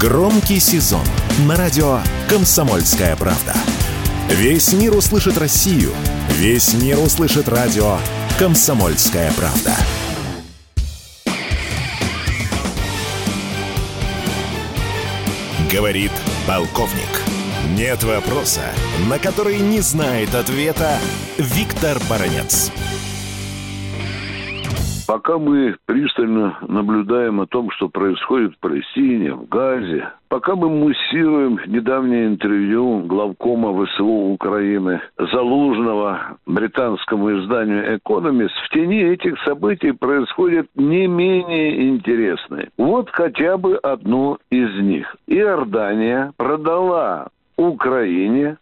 Громкий сезон на радио «Комсомольская правда». Весь мир услышит Россию. Весь мир услышит радио «Комсомольская правда». Говорит полковник. Нет вопроса, на который не знает ответа Виктор Баранец. Пока мы пристально наблюдаем о том, что происходит в Палестине, в Газе, пока мы муссируем недавнее интервью главкома ВСУ Украины Залужного британскому изданию «Экономист», в тени этих событий происходит не менее интересное. Вот хотя бы одно из них. Иордания продала Украине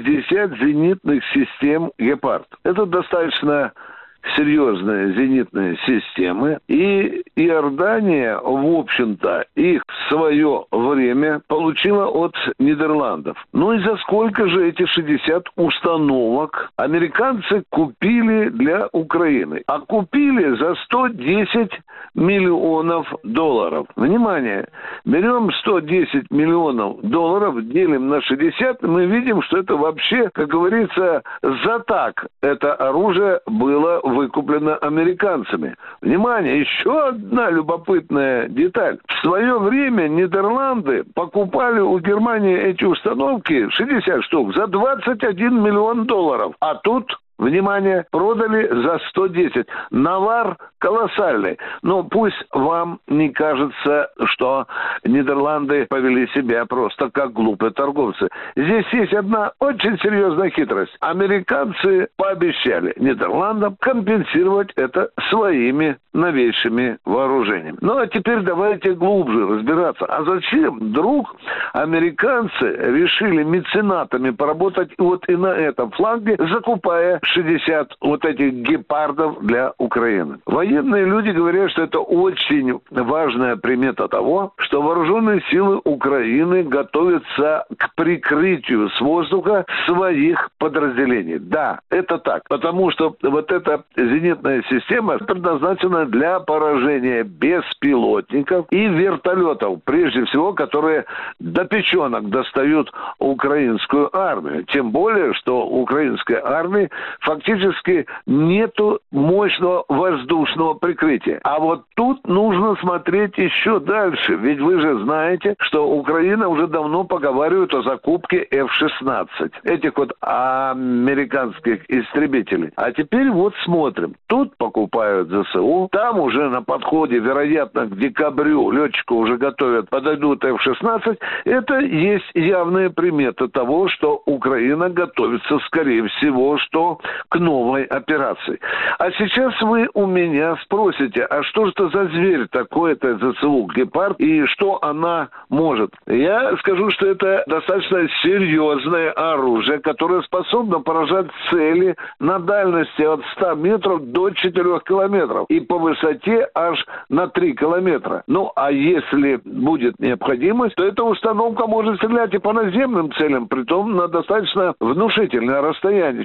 60 зенитных систем «Гепард». Это достаточно серьезные зенитные системы, и Иордания, в общем-то, их в свое время получила от Нидерландов. Ну и за сколько же эти 60 установок американцы купили для Украины? А купили за 110 миллионов долларов. Внимание! Берем 110 миллионов долларов, делим на 60, мы видим, что это вообще, как говорится, за так это оружие было выкуплено американцами. Внимание, еще одна любопытная деталь. В свое время Нидерланды покупали у Германии эти установки, 60 штук, за 21 миллион долларов. А тут, внимание, продали за 110. Навар колоссальный. Но пусть вам не кажется, что Нидерланды повели себя просто как глупые торговцы. Здесь есть одна очень серьезная хитрость. Американцы пообещали Нидерландам компенсировать это своими новейшими вооружениями. Ну а теперь давайте глубже разбираться. А зачем вдруг американцы решили меценатами поработать вот и на этом фланге, закупая 60 вот этих гепардов для Украины? Военные люди говорят, что это очень важная примета того, что вооруженные силы Украины готовятся к прикрытию с воздуха своих подразделений. Да, это так. Потому что вот эта зенитная система предназначена для поражения беспилотников и вертолетов, прежде всего, которые до печенок достают украинскую армию. Тем более, что у украинской армии фактически нету мощного воздушного прикрытия. А вот тут нужно смотреть еще дальше. Ведь вы же знаете, что Украина уже давно поговаривает о закупке F-16. Этих вот американских истребителей. А теперь вот смотрим. Тут покупают ЗСУ. Там уже на подходе, вероятно, к декабрю летчика уже готовят, подойдут F-16. Это есть явная примета того, что Украина готовится, скорее всего, что к новой операции. А сейчас вы у меня спросите, а что же это за зверь такой, это ЗСУ «Гепард», и что она может? Я скажу, что это достаточно серьезное оружие, которое способно поражать цели на дальности от 100 метров до 4 километров и по высоте аж на 3 километра. Ну, а если будет необходимость, то эта установка может стрелять и по наземным целям, притом на достаточно внушительное расстояние,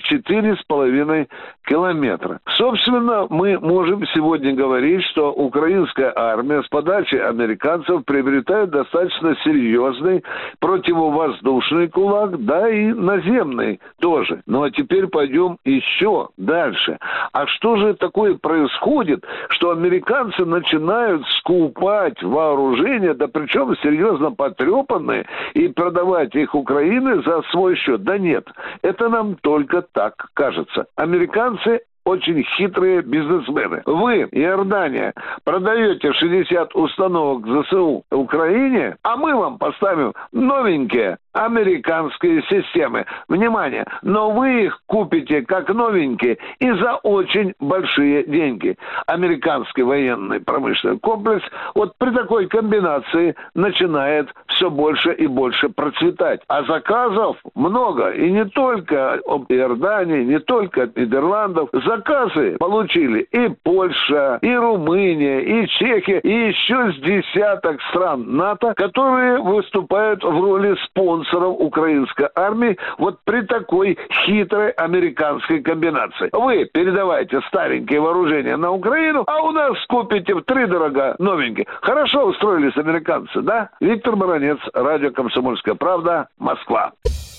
4,5 километра. Собственно, мы можем сегодня говорить, что украинская армия с подачи американцев приобретает достаточно серьезный противовоздушный кулак, да и наземный тоже. Ну а теперь пойдем еще дальше. А что же такое происходит, что американцы начинают скупать вооружение, да причем серьезно потрепанные, и продавать их Украине за свой счет? Да нет, это нам только так кажется. Американцы очень хитрые бизнесмены. Вы, Иордания, продаете 60 установок ЗСУ Украине, а мы вам поставим новенькие американские системы. Внимание! Но вы их купите как новенькие и за очень большие деньги. Американский военный промышленный комплекс вот при такой комбинации начинает все больше и больше процветать. А заказов много. И не только от Иордании, не только от Нидерландов. Заказы получили и Польша, и Румыния, и Чехия, и еще с десяток стран НАТО, которые выступают в роли спонсоров украинской армии вот при такой хитрой американской комбинации. Вы передавайте старенькие вооружения на Украину, а у нас купите втридорога новенькие. Хорошо устроились американцы, да? Виктор Баранец. Баранец, радио «Комсомольская правда», Москва.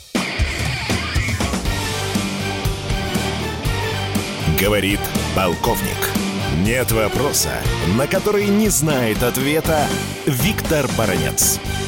Говорит полковник. Нет вопроса, на который не знает ответа Виктор Баранец.